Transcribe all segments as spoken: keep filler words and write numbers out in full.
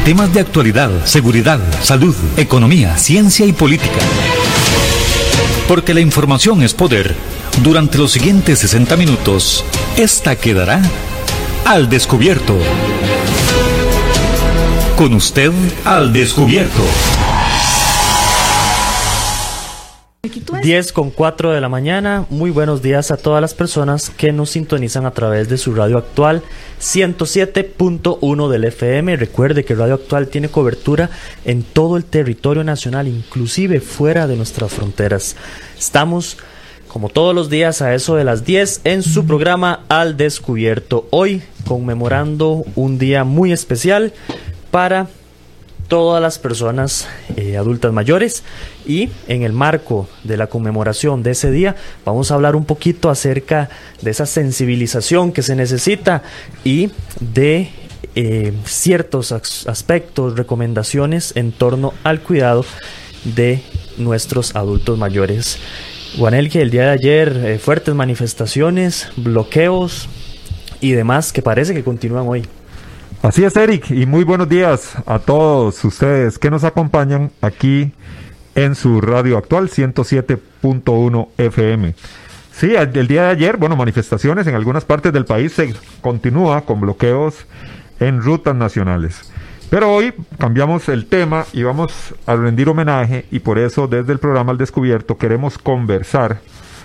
Temas de actualidad, seguridad, salud, economía, ciencia y política. Porque la información es poder. Durante los siguientes sesenta minutos, esta quedará al descubierto. Con usted al descubierto. diez con cuatro de la mañana. Muy buenos días a todas las personas que nos sintonizan a través de su radio actual ciento siete punto uno del F M. Recuerde que Radio Actual tiene cobertura en todo el territorio nacional, inclusive fuera de nuestras fronteras. Estamos, como todos los días, a eso de las diez en su programa Al Descubierto. Hoy conmemorando un día muy especial para todas las personas eh, adultas mayores, y en el marco de la conmemoración de ese día vamos a hablar un poquito acerca de esa sensibilización que se necesita y de eh, ciertos aspectos, recomendaciones en torno al cuidado de nuestros adultos mayores. Juanelge, el día de ayer eh, fuertes manifestaciones, bloqueos y demás que parece que continúan hoy. Así es, Eric, y muy buenos días a todos ustedes que nos acompañan aquí en su radio actual ciento siete punto uno F M. Sí, el, el día de ayer, bueno, manifestaciones en algunas partes del país, se continúa con bloqueos en rutas nacionales. Pero hoy cambiamos el tema y vamos a rendir homenaje, y por eso desde el programa Al Descubierto queremos conversar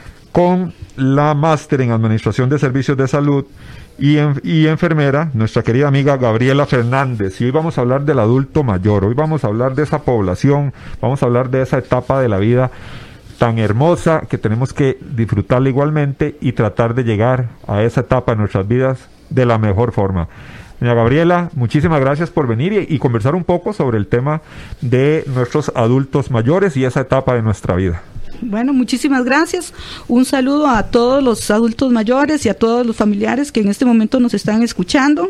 con la máster en Administración de Servicios de Salud y, en, y enfermera, nuestra querida amiga Gabriela Fernández. Y hoy vamos a hablar del adulto mayor, hoy vamos a hablar de esa población, vamos a hablar de esa etapa de la vida tan hermosa que tenemos que disfrutarla igualmente y tratar de llegar a esa etapa de nuestras vidas de la mejor forma. Doña Gabriela, muchísimas gracias por venir y, y conversar un poco sobre el tema de nuestros adultos mayores y esa etapa de nuestra vida. Bueno, muchísimas gracias. Un saludo a todos los adultos mayores y a todos los familiares que en este momento nos están escuchando.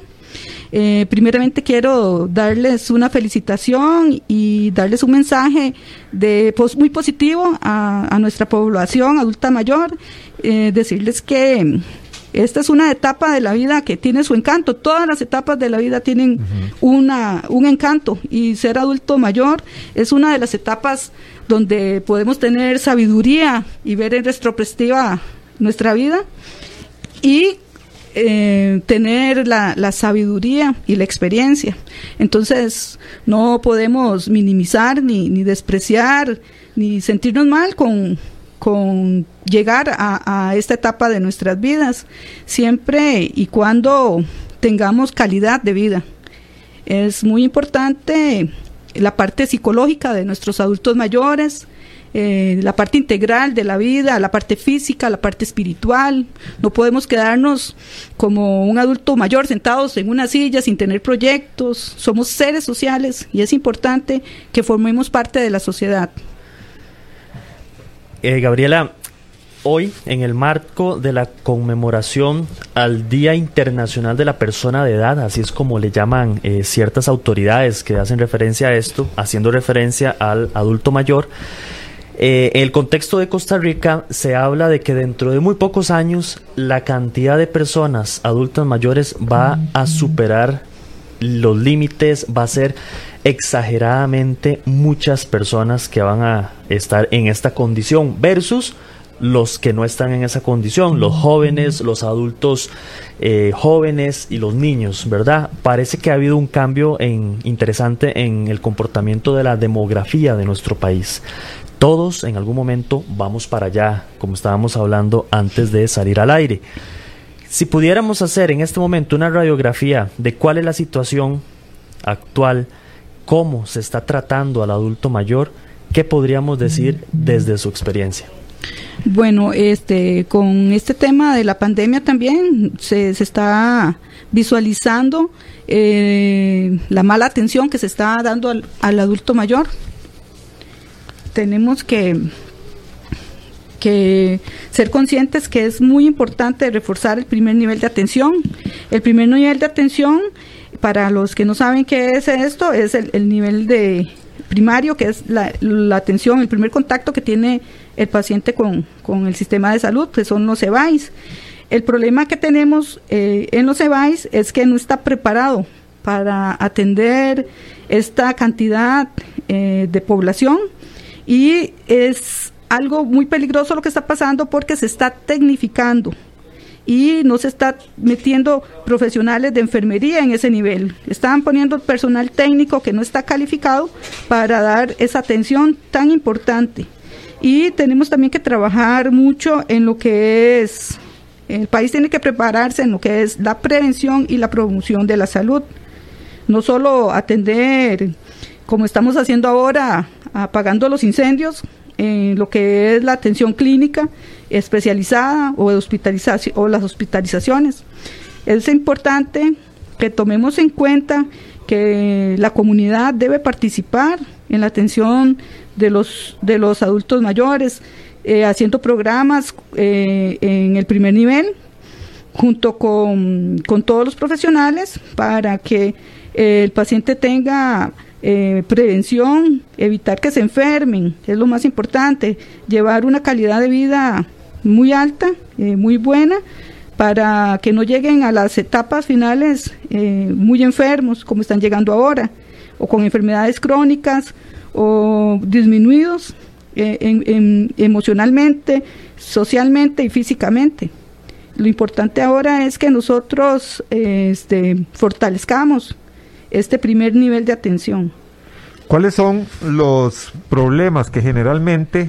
Eh, primeramente quiero darles una felicitación y darles un mensaje de pues, muy positivo a, a nuestra población adulta mayor. Eh, decirles que esta es una etapa de la vida que tiene su encanto. Todas las etapas de la vida tienen uh-huh. una, un encanto, y ser adulto mayor es una de las etapas donde podemos tener sabiduría y ver en retrospectiva nuestra vida y eh, tener la, la sabiduría y la experiencia. Entonces no podemos minimizar ni, ni despreciar ni sentirnos mal con con llegar a, a esta etapa de nuestras vidas, siempre y cuando tengamos calidad de vida. Es muy importante la parte psicológica de nuestros adultos mayores, eh, la parte integral de la vida, la parte física, la parte espiritual. No podemos quedarnos como un adulto mayor sentados en una silla sin tener proyectos. Somos seres sociales y es importante que formemos parte de la sociedad. Eh, Gabriela, hoy en el marco de la conmemoración al Día Internacional de la Persona de Edad, así es como le llaman eh, ciertas autoridades que hacen referencia a esto, haciendo referencia al adulto mayor, eh, en el contexto de Costa Rica se habla de que dentro de muy pocos años la cantidad de personas adultas mayores va a superar los límites, va a ser exageradamente muchas personas que van a estar en esta condición versus los que no están en esa condición, los jóvenes, los adultos eh, jóvenes y los niños, ¿verdad? Parece que ha habido un cambio en, interesante en el comportamiento de la demografía de nuestro país. Todos en algún momento vamos para allá, como estábamos hablando antes de salir al aire. Si pudiéramos hacer en este momento una radiografía de cuál es la situación actual, cómo se está tratando al adulto mayor, ¿qué podríamos decir desde su experiencia? Bueno, este, con este tema de la pandemia también se, se está visualizando eh, la mala atención que se está dando al, al adulto mayor. Tenemos que que ser conscientes que es muy importante reforzar el primer nivel de atención. El primer nivel de atención, para los que no saben qué es esto, es el, el nivel de primario, que es la, la atención, el primer contacto que tiene el paciente con, con el sistema de salud, que son los E B A I S. El problema que tenemos eh, en los E B A I S es que no está preparado para atender esta cantidad eh, de población, y es algo muy peligroso lo que está pasando porque se está tecnificando y no se está metiendo profesionales de enfermería en ese nivel. Están poniendo personal técnico que no está calificado para dar esa atención tan importante. Y tenemos también que trabajar mucho en lo que es, el país tiene que prepararse en lo que es la prevención y la promoción de la salud. No solo atender, como estamos haciendo ahora, apagando los incendios, en lo que es la atención clínica especializada o, hospitalización, o las hospitalizaciones. Es importante que tomemos en cuenta que la comunidad debe participar en la atención de los, de los adultos mayores, eh, haciendo programas eh, en el primer nivel, junto con, con todos los profesionales, para que eh, el paciente tenga Eh, prevención, evitar que se enfermen, es lo más importante, llevar una calidad de vida muy alta, eh, muy buena, para que no lleguen a las etapas finales eh, muy enfermos, como están llegando ahora, o con enfermedades crónicas, o disminuidos eh, en, en, emocionalmente, socialmente y físicamente. Lo importante ahora es que nosotros eh, este, fortalezcamos este primer nivel de atención. ¿Cuáles son los problemas que generalmente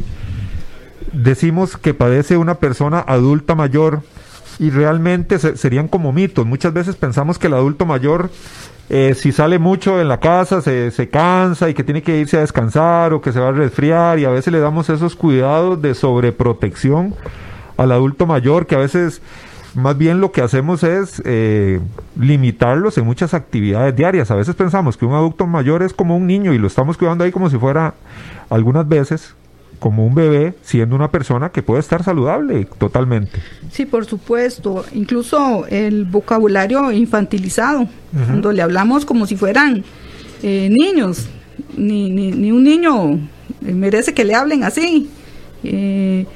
decimos que padece una persona adulta mayor y realmente se, serían como mitos? Muchas veces pensamos que el adulto mayor, eh, si sale mucho en la casa, se, se cansa y que tiene que irse a descansar o que se va a resfriar, y a veces le damos esos cuidados de sobreprotección al adulto mayor, que a veces más bien lo que hacemos es eh, limitarlos en muchas actividades diarias. A veces pensamos que un adulto mayor es como un niño y lo estamos cuidando ahí como si fuera, algunas veces, como un bebé, siendo una persona que puede estar saludable totalmente. Sí, por supuesto. Incluso el vocabulario infantilizado, uh-huh. Cuando le hablamos como si fueran eh, niños. Ni, ni, ni un niño merece que le hablen así. Eh,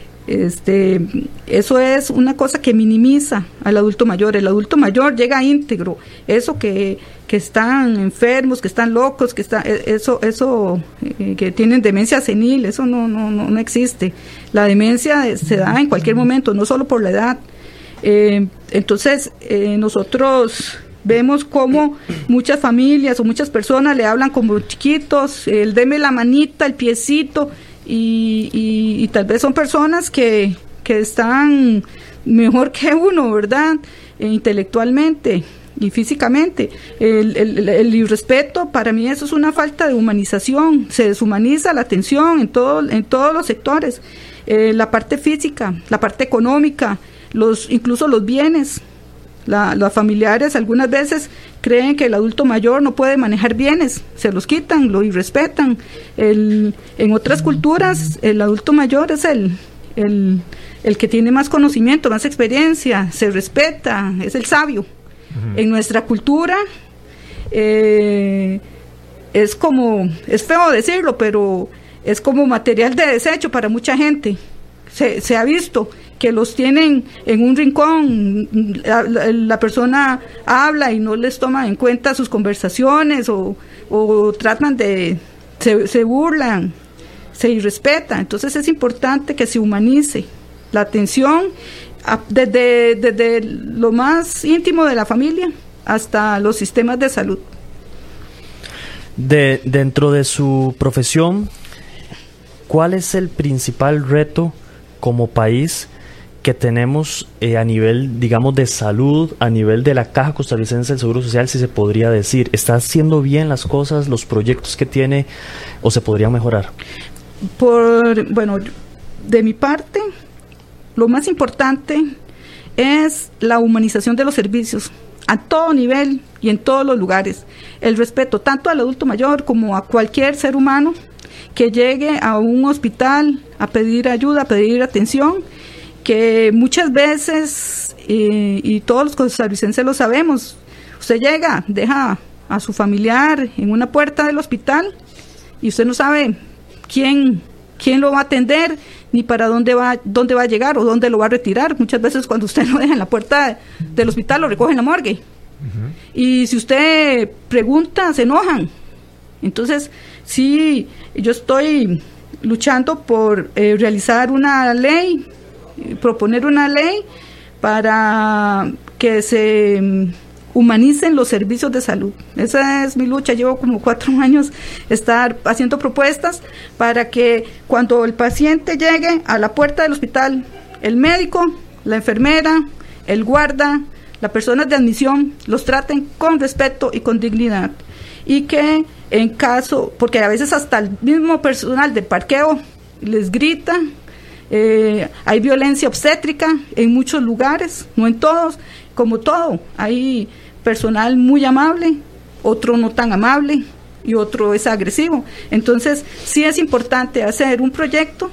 Este, eso es una cosa que minimiza al adulto mayor. El adulto mayor llega íntegro. Eso que, que están enfermos, que están locos, que está, eso, eso eh, que tienen demencia senil, eso no, no, no, no existe. La demencia se da en cualquier momento, no solo por la edad. Eh, entonces, eh, nosotros vemos cómo muchas familias o muchas personas le hablan como chiquitos, el deme la manita, el piecito. Y, y, y tal vez son personas que, que están mejor que uno, ¿verdad? E intelectualmente y físicamente. El, el, el irrespeto, para mí eso es una falta de humanización, se deshumaniza la atención en, todo, en todos los sectores, eh, la parte física, la parte económica, los, incluso los bienes. La, los familiares algunas veces creen que el adulto mayor no puede manejar bienes, se los quitan, lo irrespetan. El, en otras culturas el adulto mayor es el, el, el que tiene más conocimiento, más experiencia, se respeta, es el sabio. Uh-huh. En nuestra cultura eh, es como, es feo decirlo, pero es como material de desecho para mucha gente. Se, se ha visto que los tienen en un rincón, la, la, la persona habla y no les toma en cuenta sus conversaciones, o, o tratan de, se, se burlan, se irrespeta. Entonces es importante que se humanice la atención a, desde, desde lo más íntimo de la familia hasta los sistemas de salud. De, dentro de su profesión, ¿cuál es el principal reto como país que tenemos eh, a nivel, digamos, de salud, a nivel de la Caja Costarricense del Seguro Social, si se podría decir? ¿Está haciendo bien las cosas, los proyectos que tiene, o se podrían mejorar? Por, bueno, de mi parte, lo más importante es la humanización de los servicios, a todo nivel y en todos los lugares. El respeto tanto al adulto mayor como a cualquier ser humano que llegue a un hospital a pedir ayuda, a pedir atención, que muchas veces, eh, y todos los costarricenses lo sabemos, usted llega, deja a su familiar en una puerta del hospital y usted no sabe quién, quién lo va a atender, ni para dónde va, dónde va a llegar o dónde lo va a retirar. Muchas veces cuando usted lo deja en la puerta del hospital, lo recoge en la morgue Uh-huh. Y si usted pregunta, se enojan. Entonces, sí, yo estoy luchando por eh, realizar una ley, eh, proponer una ley para que se um, humanicen los servicios de salud. Esa es mi lucha. Llevo como cuatro años estar haciendo propuestas para que cuando el paciente llegue a la puerta del hospital, el médico, la enfermera, el guarda, las personas de admisión los traten con respeto y con dignidad, y que en caso, porque a veces hasta el mismo personal de parqueo les grita, eh, hay violencia obstétrica en muchos lugares, no en todos, como todo, hay personal muy amable, otro no tan amable y otro es agresivo. Entonces sí es importante hacer un proyecto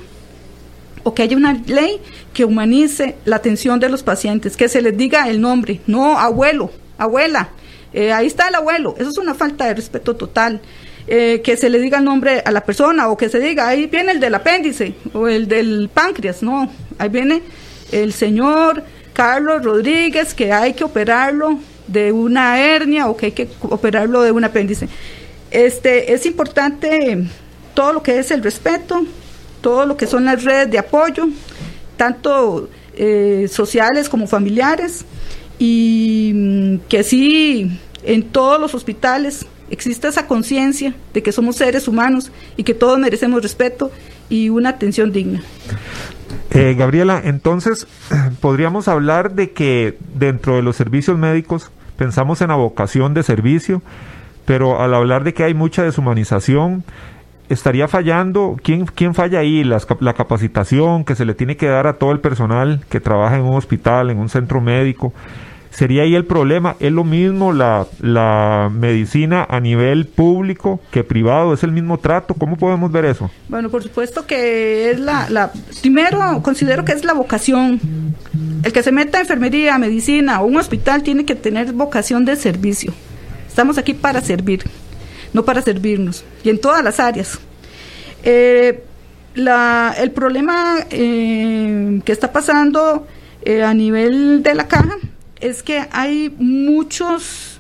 o que haya una ley que humanice la atención de los pacientes, que se les diga el nombre, no abuelo, abuela, eh, ahí está el abuelo. Eso es una falta de respeto total. Eh, que se le diga el nombre a la persona, o que se diga, ahí viene el del apéndice o el del páncreas. No, ahí viene el señor Carlos Rodríguez, que hay que operarlo de una hernia o que hay que operarlo de un apéndice. Este, es importante todo lo que es el respeto, todo lo que son las redes de apoyo, tanto eh, sociales como familiares, y mm, que sí, en todos los hospitales existe esa conciencia de que somos seres humanos y que todos merecemos respeto y una atención digna. Eh, Gabriela, entonces, podríamos hablar de que dentro de los servicios médicos pensamos en la vocación de servicio, pero al hablar de que hay mucha deshumanización, estaría fallando. ¿Quién, quién falla ahí? Las, la capacitación que se le tiene que dar a todo el personal que trabaja en un hospital, en un centro médico. ¿Sería ahí el problema? ¿Es lo mismo la, la medicina a nivel público que privado? ¿Es el mismo trato? ¿Cómo podemos ver eso? Bueno, por supuesto que es la... la primero, considero que es la vocación. El que se meta a enfermería, a medicina o un hospital tiene que tener vocación de servicio. Estamos aquí para servir, no para servirnos, y en todas las áreas. Eh, la, el problema eh, que está pasando eh, a nivel de la caja es que hay muchos,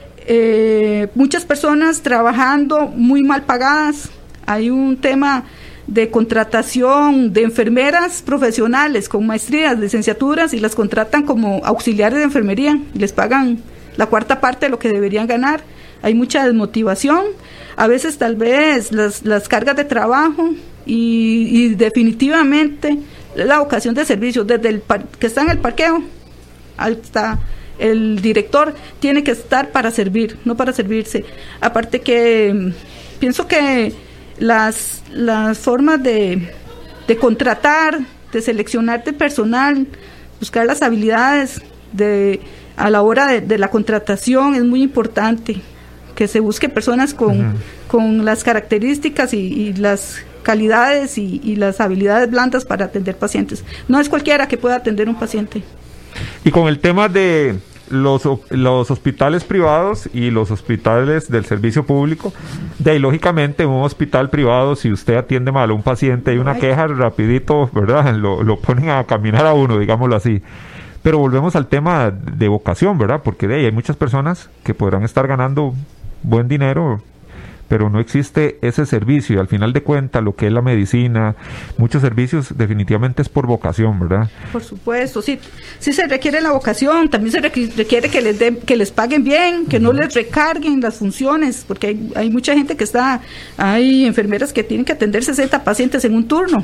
eh, muchas personas trabajando muy mal pagadas. Hay un tema de contratación de enfermeras profesionales con maestrías, licenciaturas, y las contratan como auxiliares de enfermería y les pagan la cuarta parte de lo que deberían ganar. Hay mucha desmotivación, a veces tal vez las, las cargas de trabajo y, y definitivamente la vocación de servicio, desde el par, que está en el parqueo hasta el director, tiene que estar para servir, no para servirse. Aparte que pienso que las, las formas de, de contratar, de seleccionar de personal, buscar las habilidades de, a la hora de, de la contratación es muy importante, que se busque personas con, uh-huh. con las características y, y las calidades y, y las habilidades blandas para atender pacientes. No es cualquiera que pueda atender un paciente. Y con el tema de los, los hospitales privados y los hospitales del servicio público, de ahí lógicamente en un hospital privado, si usted atiende mal a un paciente y una Ay. queja, rapidito, ¿verdad? Lo, lo ponen a caminar a uno, digámoslo así. Pero volvemos al tema de vocación, ¿verdad? Porque de ahí hay muchas personas que podrán estar ganando buen dinero, pero no existe ese servicio, y al final de cuentas lo que es la medicina, muchos servicios definitivamente es por vocación, ¿verdad? Por supuesto, sí, sí se requiere la vocación, también se requiere que les den, que les paguen bien, que uh-huh. no les recarguen las funciones, porque hay, hay mucha gente que está, hay enfermeras que tienen que atender sesenta pacientes en un turno,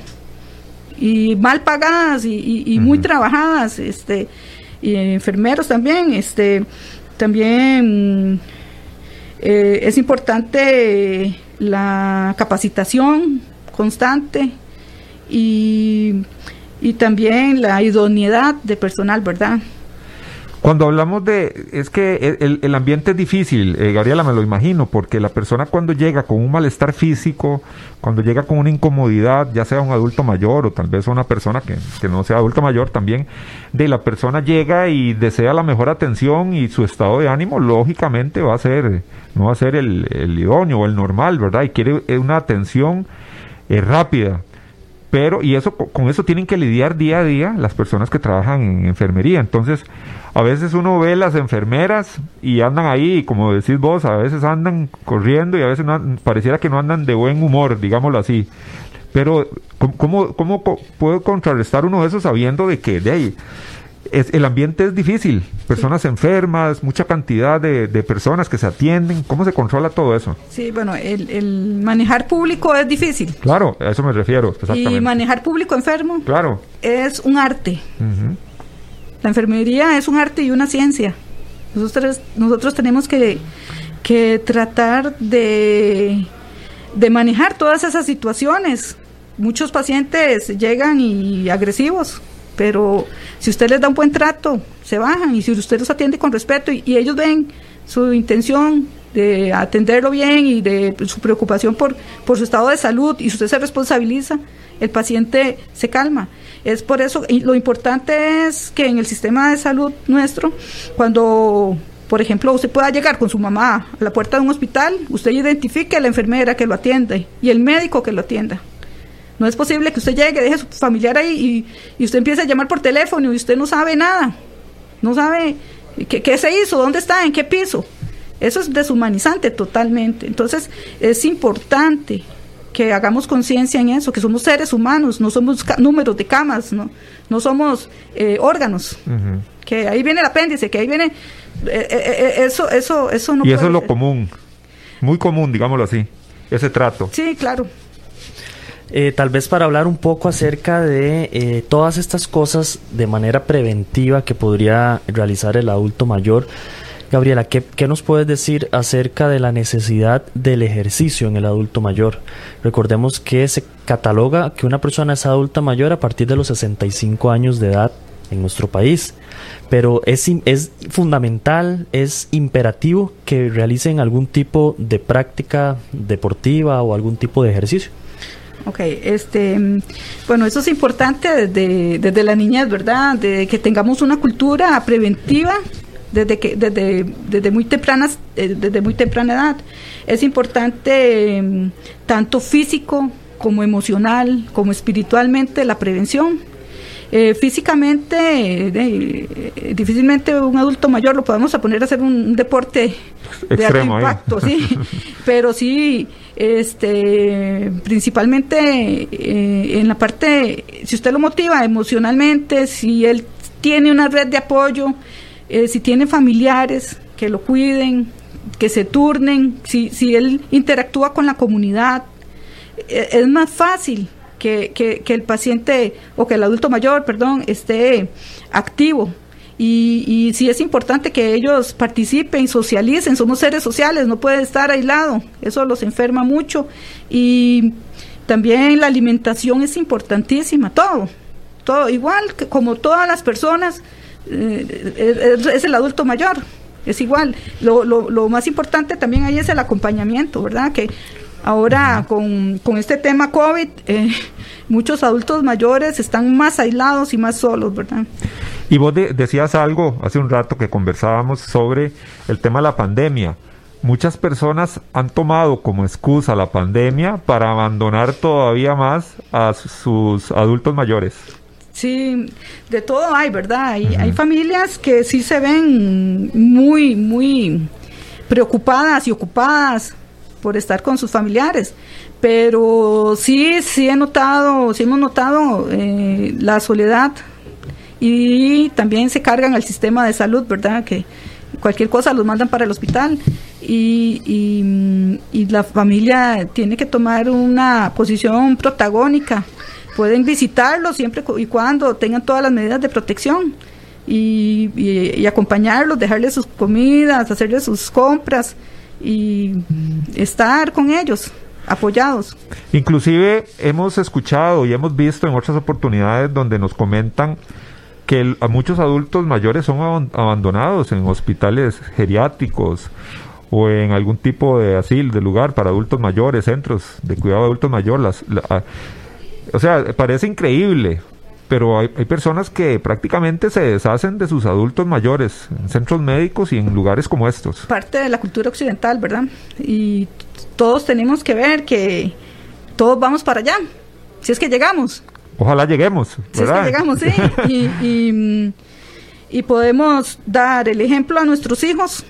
y mal pagadas y, y, y uh-huh. muy trabajadas, este, y enfermeros también, este, también Eh, es importante la capacitación constante y, y también la idoneidad de personal, ¿verdad? Cuando hablamos de, es que el, el ambiente es difícil, eh, Gabriela, me lo imagino, porque la persona cuando llega con un malestar físico, cuando llega con una incomodidad, ya sea un adulto mayor o tal vez una persona que, que no sea adulto mayor también, de la persona llega y desea la mejor atención, y su estado de ánimo lógicamente va a ser, no va a ser el, el idóneo o el normal, ¿verdad? Y quiere una atención eh, rápida. pero, y eso con eso tienen que lidiar día a día las personas que trabajan en enfermería. Entonces, a veces uno ve las enfermeras y andan ahí, como decís vos, a veces andan corriendo y a veces no, pareciera que no andan de buen humor, digámoslo así. Pero, ¿cómo, cómo, cómo puede contrarrestar uno eso sabiendo de que de ahí es, el ambiente es difícil? Personas sí. enfermas, mucha cantidad de, de personas que se atienden. ¿Cómo se controla todo eso? Sí, bueno, el, el manejar público es difícil. Claro, a eso me refiero. Exactamente. Y manejar público enfermo claro. es un arte. Uh-huh. La enfermería es un arte y una ciencia. Nosotros, nosotros tenemos que, que tratar de, de manejar todas esas situaciones. Muchos pacientes llegan y agresivos, pero si usted les da un buen trato, se bajan, y si usted los atiende con respeto y, y ellos ven su intención de atenderlo bien y de su preocupación por, por su estado de salud, y si usted se responsabiliza, el paciente se calma. Es por eso, y lo importante es que en el sistema de salud nuestro, cuando, por ejemplo, usted pueda llegar con su mamá a la puerta de un hospital, usted identifique a la enfermera que lo atiende y el médico que lo atienda. No es posible que usted llegue, deje a su familiar ahí y, y usted empiece a llamar por teléfono y usted no sabe nada. No sabe qué, qué se hizo, dónde está, en qué piso. Eso es deshumanizante totalmente. Entonces, es importante que hagamos conciencia en eso, que somos seres humanos, no somos ca- números de camas, no, no somos eh, órganos. Uh-huh. Que ahí viene el apéndice, que ahí viene... Eh, eh, eso, eso, eso no y puede eso es lo ser. común, muy común, digámoslo así, ese trato. Sí, claro. Eh, tal vez para hablar un poco acerca de eh, todas estas cosas de manera preventiva que podría realizar el adulto mayor. Gabriela, ¿qué, ¿qué nos puedes decir acerca de la necesidad del ejercicio en el adulto mayor? Recordemos que se cataloga que una persona es adulta mayor a partir de los sesenta y cinco años de edad en nuestro país, pero es, es fundamental, es imperativo que realicen algún tipo de práctica deportiva o algún tipo de ejercicio. Ok, este, bueno, eso es importante desde, desde la niñez, ¿verdad? De que tengamos una cultura preventiva desde que desde desde muy tempranas desde muy temprana edad. Es importante tanto físico como emocional como espiritualmente la prevención. Eh, físicamente eh, difícilmente un adulto mayor lo podemos poner a hacer un, un deporte de alto impacto, sí, pero sí este principalmente eh, en la parte, si usted lo motiva emocionalmente, si él tiene una red de apoyo, eh, si tiene familiares que lo cuiden, que se turnen, si, si él interactúa con la comunidad, eh, es más fácil Que, que, que el paciente o que el adulto mayor, perdón, esté activo. Y, y sí es importante que ellos participen, socialicen, somos seres sociales, no puede estar aislado, eso los enferma mucho. Y también la alimentación es importantísima, todo, todo, igual que como todas las personas, eh, es, es el adulto mayor, es igual. Lo, lo, lo más importante también ahí es el acompañamiento, ¿verdad? Que ahora con, con este tema COVID, eh, muchos adultos mayores están más aislados y más solos, ¿verdad? Y vos de, decías algo hace un rato que conversábamos sobre el tema de la pandemia. Muchas personas han tomado como excusa la pandemia para abandonar todavía más a sus adultos mayores. Sí, de todo hay, ¿verdad? Hay, uh-huh. hay familias que sí se ven muy, muy preocupadas y ocupadas por estar con sus familiares, pero sí, sí he notado, sí hemos notado eh, la soledad, y también se cargan al sistema de salud, ¿verdad? Que cualquier cosa los mandan para el hospital, y, y, y la familia tiene que tomar una posición protagónica. Pueden visitarlos siempre y cuando tengan todas las medidas de protección, y, y, y acompañarlos, dejarles sus comidas, hacerles sus compras y estar con ellos, apoyados. Inclusive hemos escuchado y hemos visto en otras oportunidades donde nos comentan que el, a muchos adultos mayores son ab- abandonados en hospitales geriátricos o en algún tipo de asilo, de lugar para adultos mayores, centros de cuidado de adultos mayores. Las, la, a, o sea, parece increíble, pero hay, hay personas que prácticamente se deshacen de sus adultos mayores en centros médicos y en lugares como estos. Parte de la cultura occidental, ¿verdad? Y todos tenemos que ver que todos vamos para allá. si es que llegamos. Ojalá lleguemos, ¿verdad? Si es que llegamos, sí. y, y, y podemos dar el ejemplo a nuestros hijos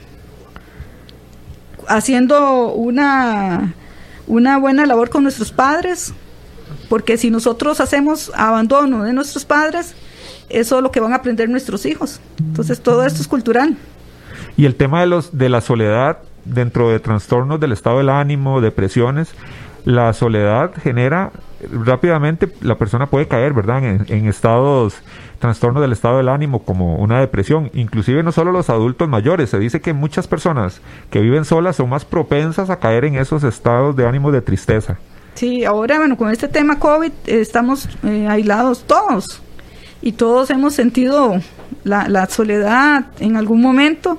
haciendo una, una buena labor con nuestros padres, porque si nosotros hacemos abandono de nuestros padres, eso es lo que van a aprender nuestros hijos. Entonces todo esto es cultural. Y el tema de los de la soledad dentro de trastornos del estado del ánimo, depresiones, la soledad genera rápidamente, la persona puede caer, ¿verdad?, en, en estados, trastornos del estado del ánimo como una depresión. Inclusive no solo los adultos mayores, se dice que muchas personas que viven solas son más propensas a caer en esos estados de ánimo de tristeza. Sí, ahora bueno, con este tema COVID eh, estamos eh, aislados todos y todos hemos sentido la, la soledad en algún momento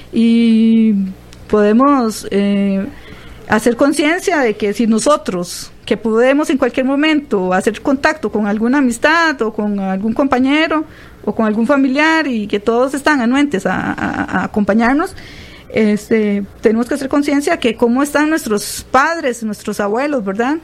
y podemos eh, hacer conciencia de que si nosotros, que podemos en cualquier momento hacer contacto con alguna amistad o con algún compañero o con algún familiar y que todos están anuentes a, a, a acompañarnos, este, tenemos que hacer conciencia que cómo están nuestros padres, nuestros abuelos, ¿verdad?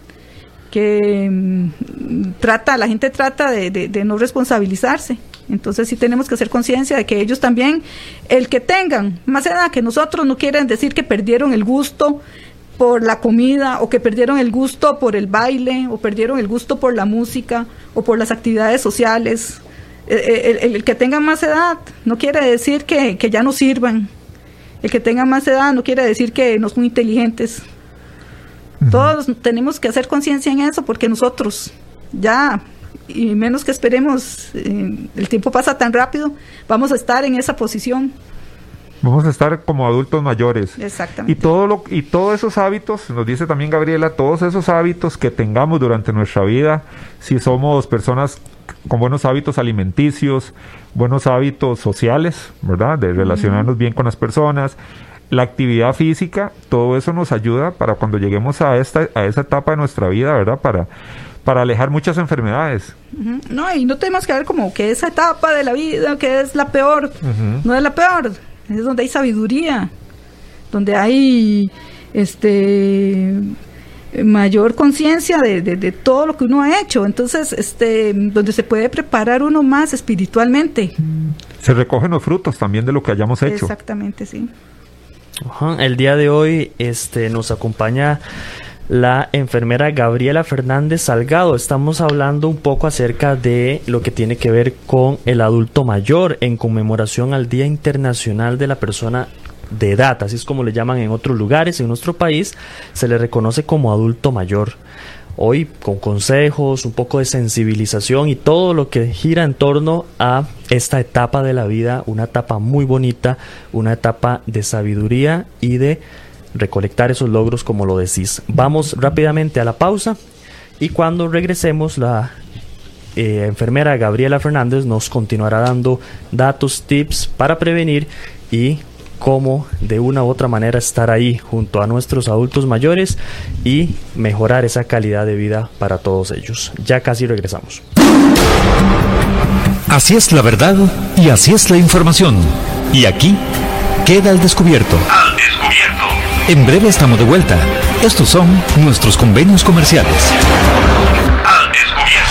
Que mm, trata, la gente trata de, de, de no responsabilizarse. Entonces sí tenemos que hacer conciencia de que ellos también, el que tengan más edad que nosotros, no quieren decir que perdieron el gusto por la comida o que perdieron el gusto por el baile o perdieron el gusto por la música o por las actividades sociales. El, el, el que tenga más edad no quiere decir que, que ya no sirvan. El que tenga más edad no quiere decir que no son inteligentes. Uh-huh. Todos tenemos que hacer conciencia en eso porque nosotros ya, y menos que esperemos, eh, el tiempo pasa tan rápido, vamos a estar en esa posición. Vamos a estar como adultos mayores. Exactamente. Y todo lo y todos esos hábitos, nos dice también Gabriela, todos esos hábitos que tengamos durante nuestra vida, si somos personas con buenos hábitos alimenticios, buenos hábitos sociales, ¿verdad?, de relacionarnos uh-huh. bien con las personas, la actividad física, todo eso nos ayuda para cuando lleguemos a esta a esa etapa de nuestra vida, ¿verdad?, para para alejar muchas enfermedades. Uh-huh. No, y no tenemos que ver como que esa etapa de la vida que es la peor, uh-huh. no es la peor, es donde hay sabiduría, donde hay este mayor conciencia de, de, de todo lo que uno ha hecho, entonces este donde se puede preparar uno más espiritualmente. Se recogen los frutos también de lo que hayamos hecho. Exactamente, sí. Ajá. El día de hoy este nos acompaña la enfermera Gabriela Fernández Salgado. Estamos hablando un poco acerca de lo que tiene que ver con el adulto mayor en conmemoración al Día Internacional de la Persona de Edad, así es como le llaman en otros lugares. En nuestro país se le reconoce como adulto mayor. Hoy con consejos, un poco de sensibilización y todo lo que gira en torno a esta etapa de la vida, una etapa muy bonita, una etapa de sabiduría y de recolectar esos logros, como lo decís. Vamos rápidamente a la pausa y cuando regresemos la eh, enfermera Gabriela Fernández nos continuará dando datos, tips para prevenir y cómo de una u otra manera estar ahí junto a nuestros adultos mayores y mejorar esa calidad de vida para todos ellos. Ya casi regresamos. Así es la verdad y así es la información. Y aquí queda al descubierto. Al descubierto. En breve estamos de vuelta. Estos son nuestros convenios comerciales. Al descubierto.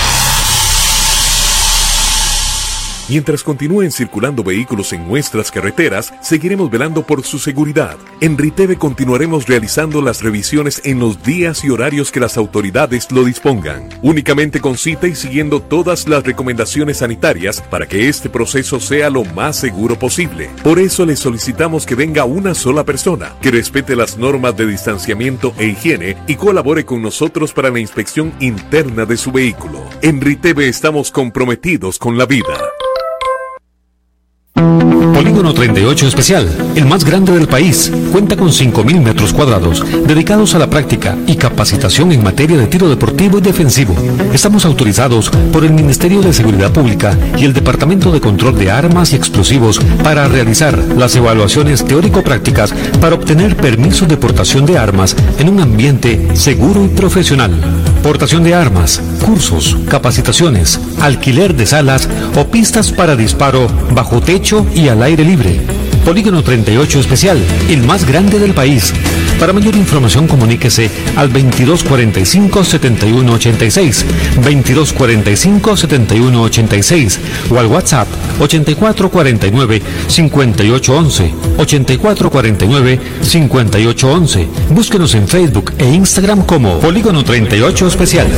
Mientras continúen circulando vehículos en nuestras carreteras, seguiremos velando por su seguridad. En RITEVE continuaremos realizando las revisiones en los días y horarios que las autoridades lo dispongan, únicamente con cita y siguiendo todas las recomendaciones sanitarias para que este proceso sea lo más seguro posible. Por eso le solicitamos que venga una sola persona, que respete las normas de distanciamiento e higiene y colabore con nosotros para la inspección interna de su vehículo. En RITEVE estamos comprometidos con la vida. Polígono treinta y ocho Especial, el más grande del país, cuenta con cinco mil metros cuadrados dedicados a la práctica y capacitación en materia de tiro deportivo y defensivo. Estamos autorizados por el Ministerio de Seguridad Pública y el Departamento de Control de Armas y Explosivos para realizar las evaluaciones teórico-prácticas para obtener permisos de portación de armas en un ambiente seguro y profesional. Portación de armas, cursos, capacitaciones, alquiler de salas o pistas para disparo bajo techo y al aire libre. Polígono treinta y ocho Especial, el más grande del país. Para mayor información comuníquese al veintidós cuarenta y cinco, setenta y uno ochenta y seis, veintidós cuarenta y cinco, setenta y uno ochenta y seis o al WhatsApp ochenta y cuatro cuarenta y nueve, cincuenta y ocho once, ochenta y cuatro cuarenta y nueve, cincuenta y ocho once. Búsquenos en Facebook e Instagram como Polígono treinta y ocho Especial.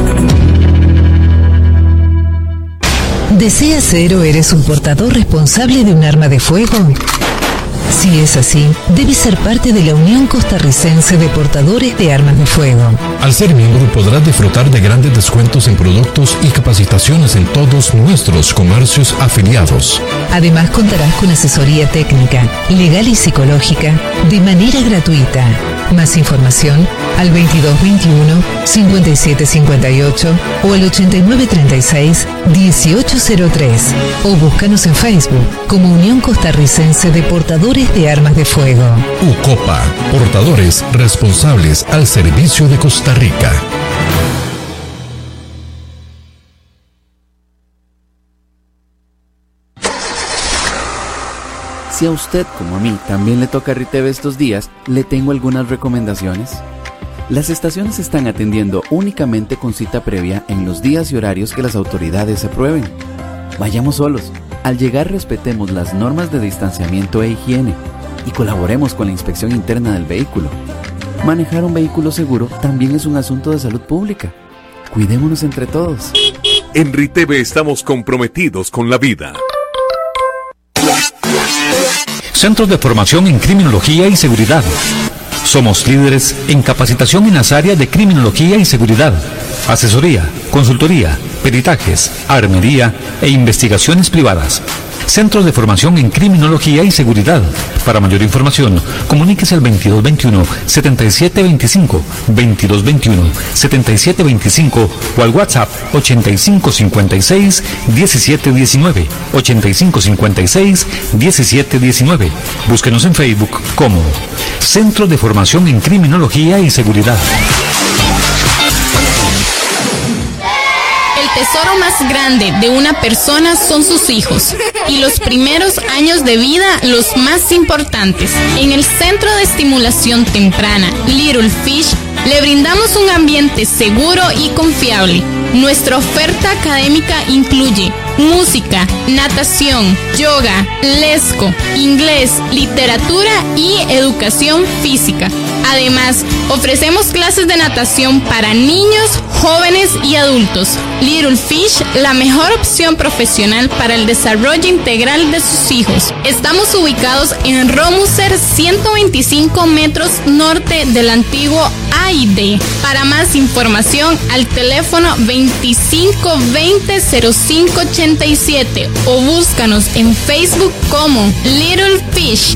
¿Deseas ser o eres un portador responsable de un arma de fuego? Si es así, debes ser parte de la Unión Costarricense de Portadores de Armas de Fuego. Al ser miembro podrás disfrutar de grandes descuentos en productos y capacitaciones en todos nuestros comercios afiliados. Además contarás con asesoría técnica, legal y psicológica de manera gratuita. Más información al veintidós veintiuno, cincuenta y siete cincuenta y ocho o al ochenta y nueve treinta y seis, dieciocho cero tres o búscanos en Facebook como Unión Costarricense de Portadores de Armas de Fuego. UCOPA, portadores responsables al servicio de Costa Rica. Si a usted, como a mí, también le toca Riteve estos días, le tengo algunas recomendaciones. Las estaciones están atendiendo únicamente con cita previa en los días y horarios que las autoridades aprueben. Vayamos solos. Al llegar respetemos las normas de distanciamiento e higiene y colaboremos con la inspección interna del vehículo. Manejar un vehículo seguro también es un asunto de salud pública. Cuidémonos entre todos. En Riteve estamos comprometidos con la vida. Centros de formación en criminología y seguridad. Somos líderes en capacitación en las áreas de criminología y seguridad, asesoría, consultoría, peritajes, armería e investigaciones privadas. Centros de formación en criminología y seguridad. Para mayor información, comuníquese al veintidós veintiuno, setenta y siete veinticinco, veintidós veintiuno, setenta y siete veinticinco o al WhatsApp ochenta y cinco cincuenta y seis, diecisiete diecinueve, ochenta y cinco cincuenta y seis, diecisiete diecinueve. Búsquenos en Facebook como Centros de Formación en Criminología y Seguridad. El tesoro más grande de una persona son sus hijos y los primeros años de vida los más importantes. En el Centro de Estimulación Temprana Little Fish le brindamos un ambiente seguro y confiable. Nuestra oferta académica incluye música, natación, yoga, lesco, inglés, literatura y educación física. Además, ofrecemos clases de natación para niños, jóvenes y adultos. Little Fish, la mejor opción profesional para el desarrollo integral de sus hijos. Estamos ubicados en Romuser, ciento veinticinco metros norte del antiguo A I D. Para más información, al teléfono veinticinco veinte cero cinco ochenta y siete o búscanos en Facebook como Little Fish.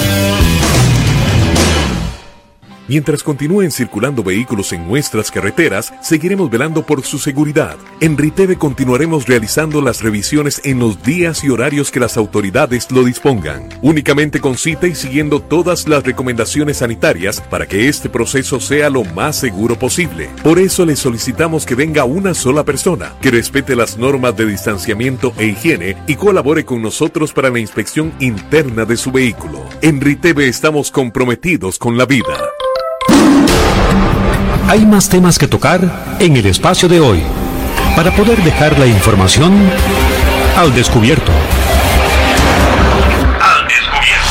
Mientras continúen circulando vehículos en nuestras carreteras, seguiremos velando por su seguridad. En Riteve continuaremos realizando las revisiones en los días y horarios que las autoridades lo dispongan, únicamente con cita y siguiendo todas las recomendaciones sanitarias para que este proceso sea lo más seguro posible. Por eso le solicitamos que venga una sola persona, que respete las normas de distanciamiento e higiene y colabore con nosotros para la inspección interna de su vehículo. En Riteve estamos comprometidos con la vida. Hay más temas que tocar en el espacio de hoy, para poder dejar la información al descubierto. Al descubierto.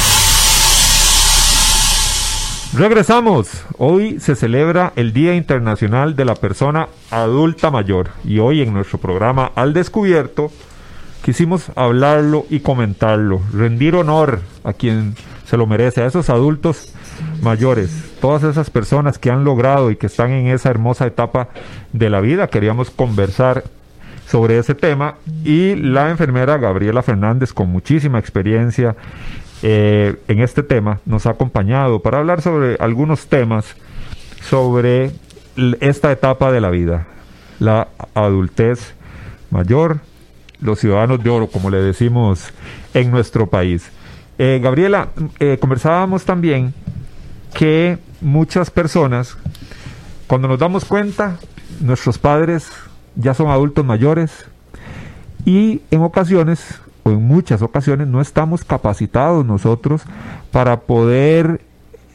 Regresamos. Hoy se celebra el Día Internacional de la Persona Adulta Mayor y hoy en nuestro programa Al Descubierto quisimos hablarlo y comentarlo, rendir honor a quien se lo merece, a esos adultos mayores, todas esas personas que han logrado y que están en esa hermosa etapa de la vida. Queríamos conversar sobre ese tema y la enfermera Gabriela Fernández, con muchísima experiencia eh, en este tema, nos ha acompañado para hablar sobre algunos temas sobre esta etapa de la vida, la adultez mayor, los ciudadanos de oro, como le decimos en nuestro país. Eh, Gabriela, eh, conversábamos también que muchas personas, cuando nos damos cuenta, nuestros padres ya son adultos mayores y en ocasiones, o en muchas ocasiones, no estamos capacitados nosotros para poder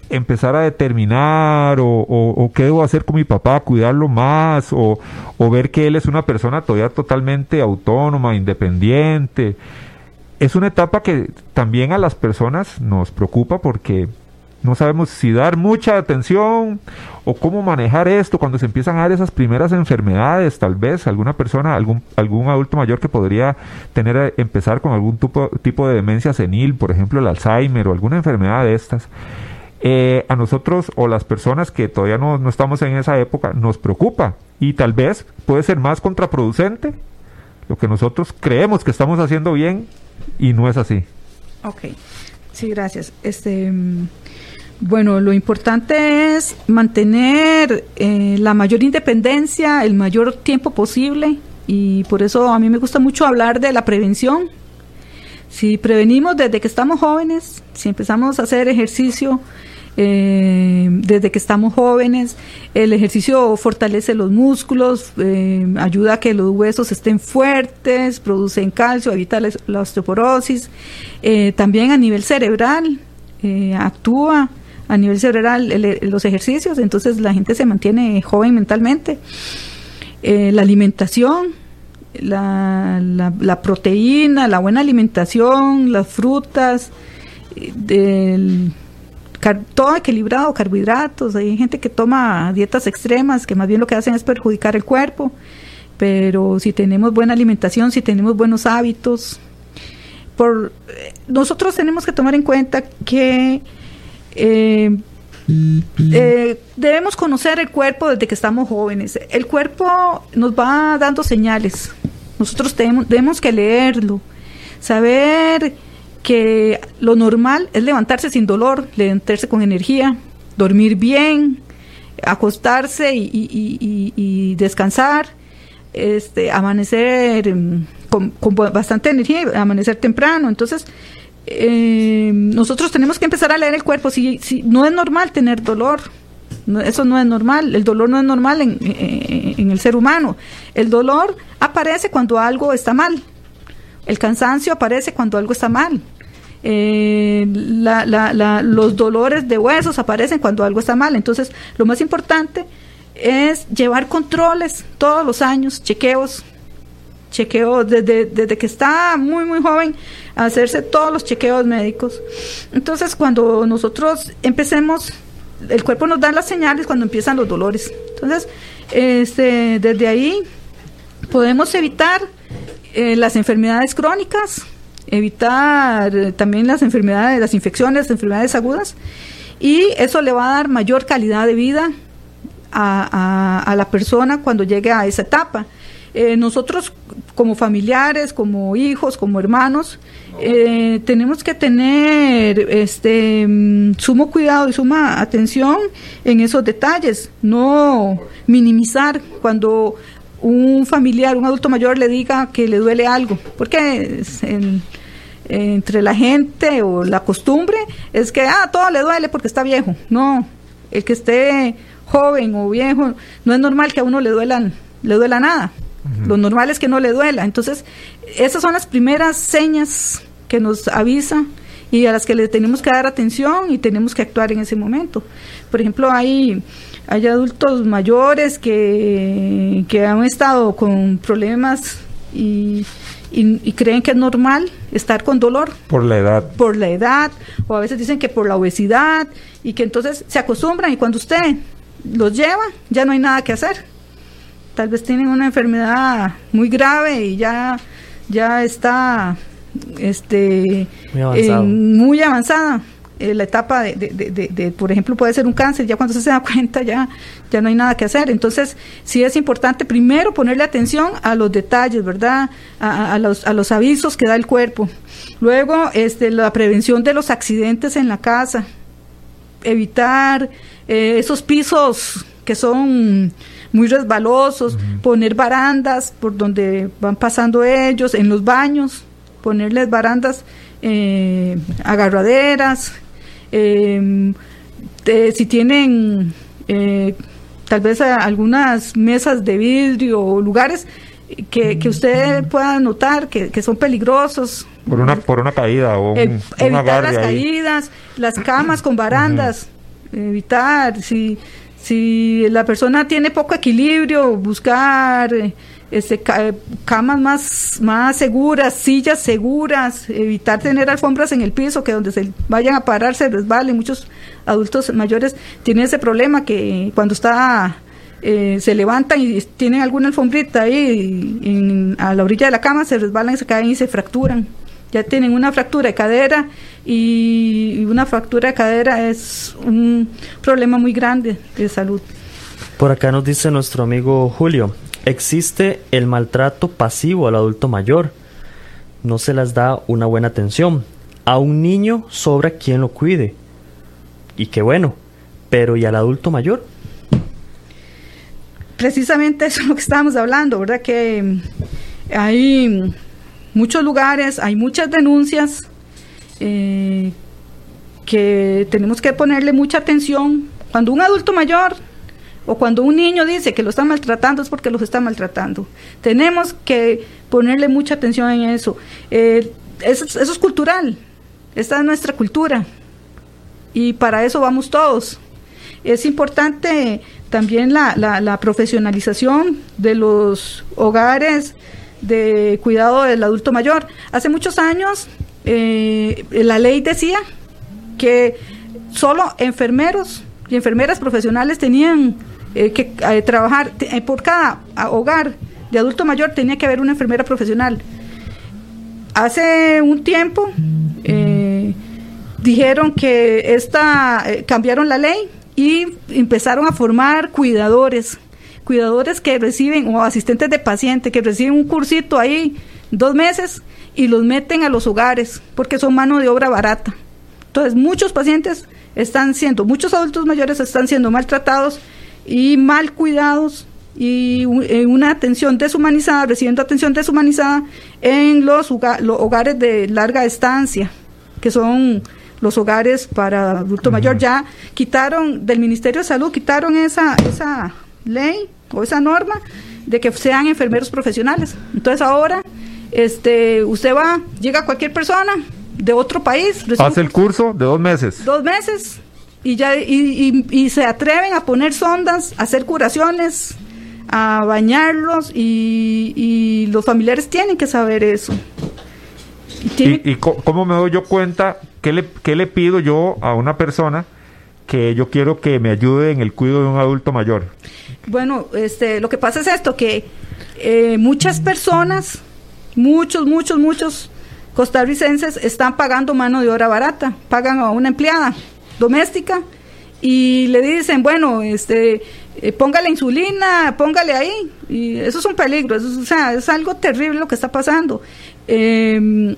empezar a determinar o, o, o qué debo hacer con mi papá, cuidarlo más o, o ver que él es una persona todavía totalmente autónoma, independiente. Es una etapa que también a las personas nos preocupa porque no sabemos si dar mucha atención o cómo manejar esto cuando se empiezan a dar esas primeras enfermedades. Tal vez alguna persona, algún algún adulto mayor que podría tener empezar con algún tipo, tipo de demencia senil, por ejemplo el Alzheimer o alguna enfermedad de estas. Eh, a nosotros o las personas que todavía no, no estamos en esa época nos preocupa y tal vez puede ser más contraproducente lo que nosotros creemos que estamos haciendo bien y no es así. Ok, sí, gracias. Este... Bueno, lo importante es mantener eh, la mayor independencia el mayor tiempo posible y por eso a mí me gusta mucho hablar de la prevención. Si prevenimos desde que estamos jóvenes, si empezamos a hacer ejercicio eh, desde que estamos jóvenes, el ejercicio fortalece los músculos, eh, ayuda a que los huesos estén fuertes, producen calcio, evita la, la osteoporosis, eh, también a nivel cerebral eh, actúa a nivel cerebral el, el, los ejercicios, entonces la gente se mantiene joven mentalmente. Eh, la alimentación, la, la, la proteína, la buena alimentación, las frutas, del, car, todo equilibrado, carbohidratos. Hay gente que toma dietas extremas que más bien lo que hacen es perjudicar el cuerpo, pero si tenemos buena alimentación, si tenemos buenos hábitos, por nosotros tenemos que tomar en cuenta que Eh, eh, debemos conocer el cuerpo desde que estamos jóvenes. El cuerpo nos va dando señales. Nosotros tenemos, tenemos que leerlo, saber que lo normal es levantarse sin dolor, levantarse con energía, dormir bien, acostarse y, y, y, y descansar, este, amanecer con, con bastante energía, amanecer temprano. Entonces Eh, nosotros tenemos que empezar a leer el cuerpo. Si, si no es normal tener dolor, no, eso no es normal, el dolor no es normal en, en, en el ser humano. El dolor aparece cuando algo está mal, el cansancio aparece cuando algo está mal, eh, la, la, la, los dolores de huesos aparecen cuando algo está mal. Entonces lo más importante es llevar controles todos los años, chequeos chequeo desde, desde que está muy muy joven, hacerse todos los chequeos médicos. Entonces cuando nosotros empecemos, el cuerpo nos da las señales cuando empiezan los dolores. Entonces este, desde ahí podemos evitar eh, las enfermedades crónicas, evitar eh, también las enfermedades, las infecciones, las enfermedades agudas, y eso le va a dar mayor calidad de vida a, a, a la persona cuando llegue a esa etapa. Eh, nosotros como familiares, como hijos, como hermanos, eh, tenemos que tener este sumo cuidado y suma atención en esos detalles, no minimizar cuando un familiar, un adulto mayor le diga que le duele algo, porque el, entre la gente o la costumbre es que ah, todo le duele porque está viejo. No, el que esté joven o viejo, no es normal que a uno le duelan, le duela nada. Lo normal es que no le duela. Entonces esas son las primeras señas que nos avisan y a las que le tenemos que dar atención y tenemos que actuar en ese momento. Por ejemplo, hay, hay adultos mayores que, que han estado con problemas y, y, y creen que es normal estar con dolor por la edad por la edad o a veces dicen que por la obesidad, y que entonces se acostumbran, y cuando usted los lleva ya no hay nada que hacer. Tal vez tienen una enfermedad muy grave y ya, ya está este, muy, avanzado. eh, muy avanzada. Eh, la etapa de, de, de, de, de, por ejemplo, puede ser un cáncer, ya cuando se da cuenta ya, ya no hay nada que hacer. Entonces, sí es importante primero ponerle atención a los detalles, ¿verdad? A, a, los, a los avisos que da el cuerpo. Luego, este, la prevención de los accidentes en la casa. Evitar eh, esos pisos que son muy resbalosos, uh-huh. Poner barandas por donde van pasando ellos, en los baños, ponerles barandas eh, agarraderas, eh, de, si tienen eh, tal vez a, algunas mesas de vidrio o lugares que, que usted pueda notar que, que son peligrosos. Por una, por una caída o un, eh, un evitar las ahí. caídas, las camas con barandas. Uh-huh. evitar, si, si la persona tiene poco equilibrio, buscar este, camas más, más seguras, sillas seguras, evitar tener alfombras en el piso que donde se vayan a parar se resbalen. Muchos adultos mayores tienen ese problema que cuando está eh, se levantan y tienen alguna alfombrita ahí en, a la orilla de la cama, se resbalan, se caen y se fracturan. Ya tienen una fractura de cadera y una fractura de cadera es un problema muy grande de salud. Por acá nos dice nuestro amigo Julio, existe el maltrato pasivo al adulto mayor, no se les da una buena atención, a un niño sobra quien lo cuide, y qué bueno, pero ¿y al adulto mayor? Precisamente eso es lo que estábamos hablando, ¿verdad? Que hay muchos lugares, hay muchas denuncias eh, que tenemos que ponerle mucha atención. Cuando un adulto mayor o cuando un niño dice que lo están maltratando es porque los está maltratando. Tenemos que ponerle mucha atención en eso. Eh, eso, eso es cultural, esta es nuestra cultura y para eso vamos todos. Es importante también la, la, la profesionalización de los hogares de cuidado del adulto mayor. Hace muchos años eh, la ley decía que solo enfermeros y enfermeras profesionales tenían eh, que eh, trabajar, eh, por cada hogar de adulto mayor tenía que haber una enfermera profesional. Hace un tiempo eh, dijeron que esta eh, cambiaron la ley y empezaron a formar cuidadores cuidadores que reciben, o asistentes de paciente, que reciben un cursito ahí, dos meses, y los meten a los hogares, porque son mano de obra barata. Entonces, muchos pacientes están siendo, muchos adultos mayores están siendo maltratados y mal cuidados, y una atención deshumanizada, recibiendo atención deshumanizada en los hogares de larga estancia, que son los hogares para adulto uh-huh. mayor. Ya quitaron, del Ministerio de Salud, quitaron esa, esa ley, o esa norma de que sean enfermeros profesionales. Entonces ahora este usted va, llega cualquier persona de otro país, hace el curso de dos meses dos meses y ya y, y, y se atreven a poner sondas, a hacer curaciones, a bañarlos, y, y los familiares tienen que saber eso. Y, tiene... ¿Y, y cómo me doy yo cuenta? ¿Qué le, qué le pido yo a una persona que yo quiero que me ayude en el cuidado de un adulto mayor? Bueno, este, lo que pasa es esto, que eh, muchas personas, muchos, muchos, muchos costarricenses están pagando mano de obra barata, pagan a una empleada doméstica y le dicen, bueno, este, eh, póngale insulina, póngale ahí, y eso es un peligro, eso es, o sea, es algo terrible lo que está pasando. Eh,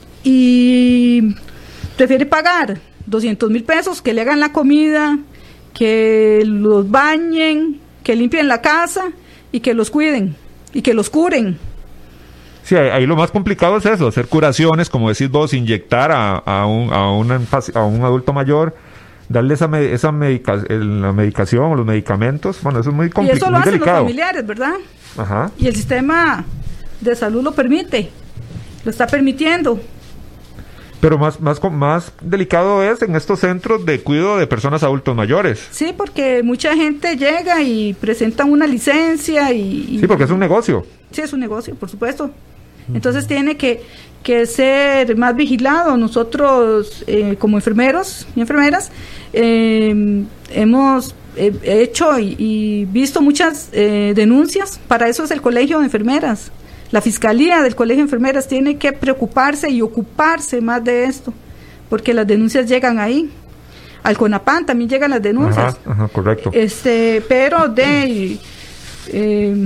y prefiere pagar doscientos mil pesos, que le hagan la comida, que los bañen, que limpien la casa y que los cuiden y que los curen. Sí, ahí lo más complicado es eso, hacer curaciones, como decís vos, inyectar a, a, un, a, una, a un adulto mayor, darle esa, esa medica, la medicación o los medicamentos. Bueno, eso es muy complicado. Y eso lo hacen delicado. Los familiares, ¿verdad? Ajá. Y el sistema de salud lo permite, lo está permitiendo. Pero más, más, más delicado es en estos centros de cuidado de personas adultos mayores. Sí, porque mucha gente llega y presenta una licencia y... y sí, porque es un negocio. Sí, es un negocio, por supuesto. Entonces tiene que, que ser más vigilado. Nosotros, eh, como enfermeros y enfermeras, eh, hemos eh, hecho y, y visto muchas eh, denuncias. Para eso es el Colegio de Enfermeras. La Fiscalía del Colegio de Enfermeras tiene que preocuparse y ocuparse más de esto, porque las denuncias llegan ahí. Al CONAPAN también llegan las denuncias. Ajá, ajá, correcto. Este, pero de eh,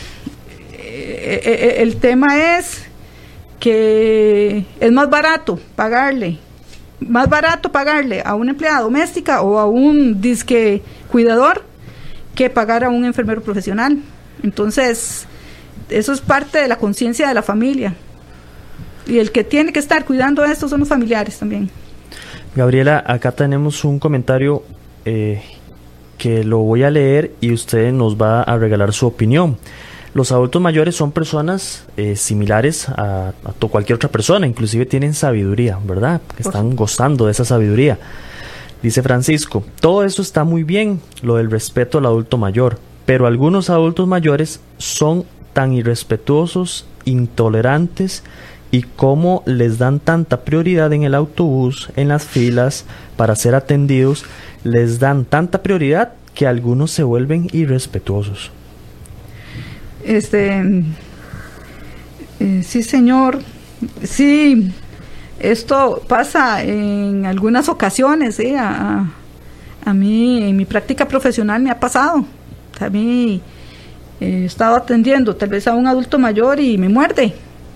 eh, el tema es que es más barato pagarle, más barato pagarle a una empleada doméstica o a un disque cuidador que pagar a un enfermero profesional. Entonces, eso es parte de la conciencia de la familia. Y el que tiene que estar cuidando esto son los familiares también. Gabriela, acá tenemos un comentario eh, que lo voy a leer y usted nos va a regalar su opinión. Los adultos mayores son personas eh, similares a, a to- cualquier otra persona, inclusive tienen sabiduría, ¿verdad? Que están gozando de esa sabiduría. Dice Francisco, todo eso está muy bien, lo del respeto al adulto mayor, pero algunos adultos mayores son tan irrespetuosos, intolerantes, y cómo les dan tanta prioridad en el autobús, en las filas, para ser atendidos, les dan tanta prioridad que algunos se vuelven irrespetuosos. Este, eh, sí, señor, sí, esto pasa en algunas ocasiones, ¿sí? a, a mí en mi práctica profesional me ha pasado. A mí eh, he estado atendiendo tal vez a un adulto mayor y me muerde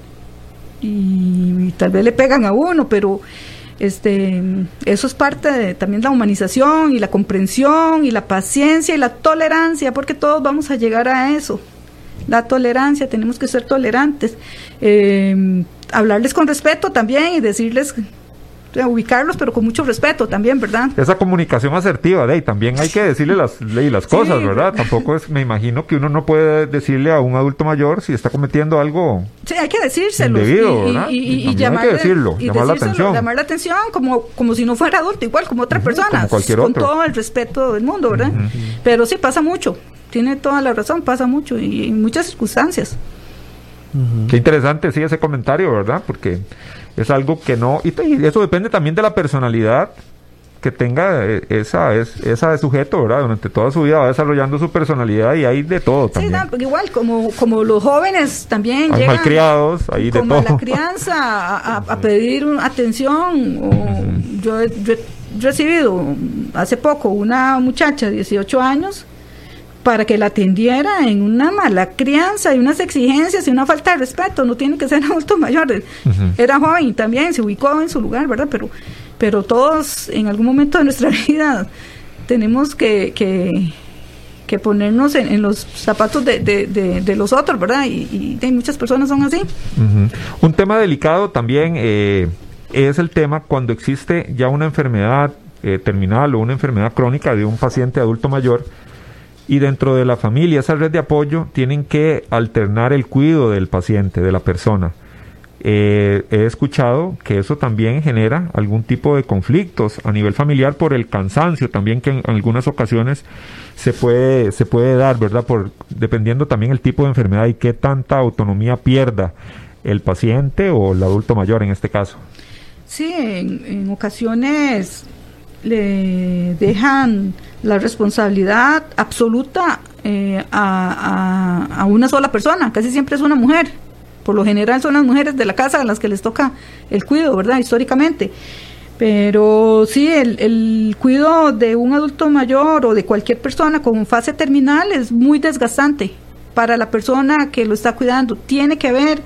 y, y tal vez le pegan a uno, pero este eso es parte de también la humanización y la comprensión y la paciencia y la tolerancia, porque todos vamos a llegar a eso. La tolerancia, tenemos que ser tolerantes, eh, hablarles con respeto también y decirles, ubicarlos pero con mucho respeto también, ¿verdad? Esa comunicación asertiva, de, y también hay que decirle las, de, las cosas, sí, ¿verdad? Tampoco es, me imagino que uno no puede decirle a un adulto mayor si está cometiendo algo. Sí, hay que decírselo indebido, ¿verdad? Y, y, y, y llamarle, hay que decirlo, y llamar la atención. Llamar la atención como, como si no fuera adulto, igual como otra uh-huh, persona, como cualquier con otro. todo el respeto del mundo, ¿verdad? Uh-huh. Pero sí pasa mucho, tiene toda la razón, pasa mucho y en muchas circunstancias. Uh-huh. Qué interesante, sí, ese comentario, ¿verdad? Porque es algo que no, y, y eso depende también de la personalidad que tenga esa es, esa de sujeto, ¿verdad? Durante toda su vida va desarrollando su personalidad y hay de todo también. Sí, no, igual, como, como los jóvenes también hay llegan malcriados, hay de todo. Como a la crianza, a, a, a pedir atención. O uh-huh. yo, yo he recibido hace poco una muchacha de dieciocho años para que la atendiera en una mala crianza y unas exigencias y una falta de respeto. No tiene que ser adulto mayor, uh-huh. era joven y también se ubicó en su lugar, ¿verdad? Pero, pero todos en algún momento de nuestra vida tenemos que, que, que ponernos en, en los zapatos de, de, de, de los otros, ¿verdad? Y, y muchas personas son así. Uh-huh. Un tema delicado también eh, es el tema cuando existe ya una enfermedad eh, terminal o una enfermedad crónica de un paciente adulto mayor, y dentro de la familia, esa red de apoyo, tienen que alternar el cuidado del paciente, de la persona. Eh, he escuchado que eso también genera algún tipo de conflictos a nivel familiar por el cansancio también que en algunas ocasiones se puede se puede dar, ¿verdad? Por dependiendo también el tipo de enfermedad y qué tanta autonomía pierda el paciente o el adulto mayor en este caso. Sí, en, en ocasiones le dejan la responsabilidad absoluta eh, a, a, a una sola persona, casi siempre es una mujer, por lo general son las mujeres de la casa a las que les toca el cuidado, ¿verdad? Históricamente, pero sí, el, el cuidado de un adulto mayor o de cualquier persona con fase terminal es muy desgastante para la persona que lo está cuidando. Tiene que haber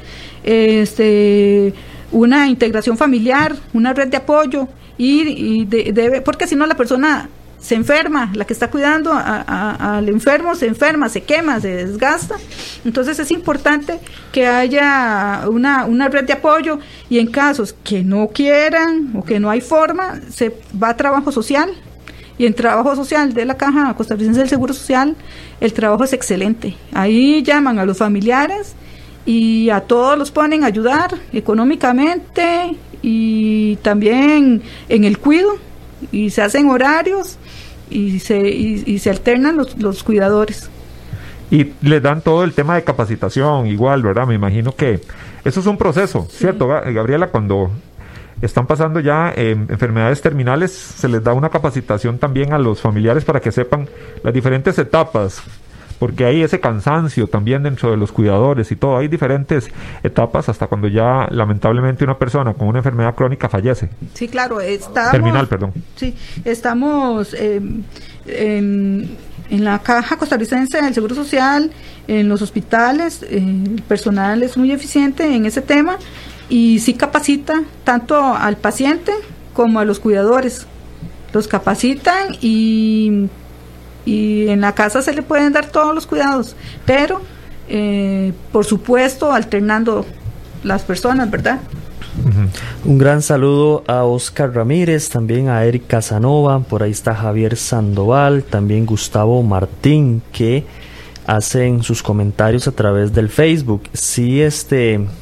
este, una integración familiar, una red de apoyo, y, y de, debe, porque si no la persona se enferma, la que está cuidando a, a, al enfermo se enferma, se quema, se desgasta. Entonces es importante que haya una, una red de apoyo, y en casos que no quieran o que no hay forma, se va a trabajo social, y en trabajo social de la Caja Costarricense del Seguro Social el trabajo es excelente. Ahí llaman a los familiares y a todos los ponen a ayudar económicamente y también en el cuidado, y se hacen horarios y se y, y se alternan los, los cuidadores. Y les dan todo el tema de capacitación igual, ¿verdad? Me imagino que eso es un proceso, sí. ¿Cierto, Gabriela? Cuando están pasando ya eh, enfermedades terminales, se les da una capacitación también a los familiares para que sepan las diferentes etapas, porque hay ese cansancio también dentro de los cuidadores y todo, hay diferentes etapas hasta cuando ya lamentablemente una persona con una enfermedad crónica fallece. Sí, claro, estamos... Terminal, perdón. Sí, estamos eh, en, en la Caja Costarricense del Seguro Social, en los hospitales, eh, el personal es muy eficiente en ese tema, y sí capacita tanto al paciente como a los cuidadores. Los capacitan y... y en la casa se le pueden dar todos los cuidados, pero eh, por supuesto alternando las personas, ¿verdad? Uh-huh. Un gran saludo a Oscar Ramírez, también a Eric Casanova, por ahí está Javier Sandoval, también Gustavo Martín, que hacen sus comentarios a través del Facebook. Sí, este,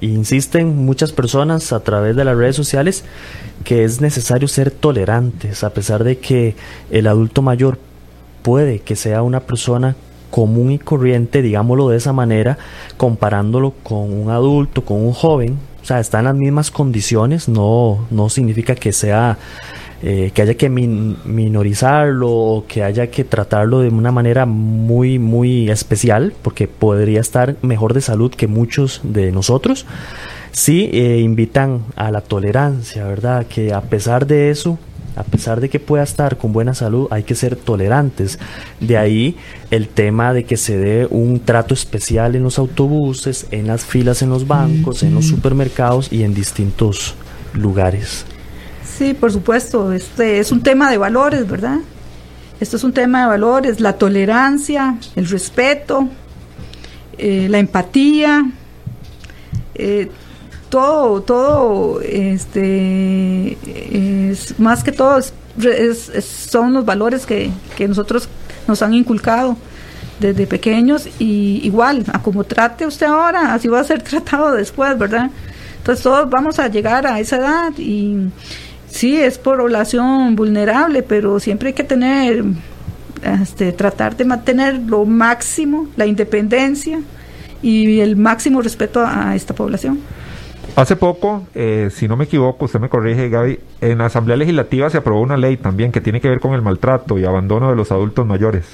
insisten muchas personas a través de las redes sociales que es necesario ser tolerantes, a pesar de que el adulto mayor puede que sea una persona común y corriente, digámoslo de esa manera, comparándolo con un adulto, con un joven. O sea, está en las mismas condiciones, no, no significa que sea eh, que haya que min, minorizarlo o que haya que tratarlo de una manera muy, muy especial, porque podría estar mejor de salud que muchos de nosotros. Sí, eh, invitan a la tolerancia, ¿verdad? Que a pesar de eso, a pesar de que pueda estar con buena salud, hay que ser tolerantes. De ahí el tema de que se dé un trato especial en los autobuses, en las filas en los bancos, en los supermercados y en distintos lugares. Sí, por supuesto, este es un tema de valores, ¿verdad? Esto es un tema de valores, la tolerancia, el respeto, eh, la empatía, eh, todo, todo, este, es, más que todo, es, es, es, son los valores que, que nosotros nos han inculcado desde pequeños, y igual, a como trate usted ahora, así va a ser tratado después, ¿verdad? Entonces todos vamos a llegar a esa edad, y sí, es población vulnerable, pero siempre hay que tener, este, tratar de mantener lo máximo, la independencia y el máximo respeto a, a esta población. Hace poco, eh, si no me equivoco, usted me corrige, Gaby, en la Asamblea Legislativa se aprobó una ley también que tiene que ver con el maltrato y abandono de los adultos mayores.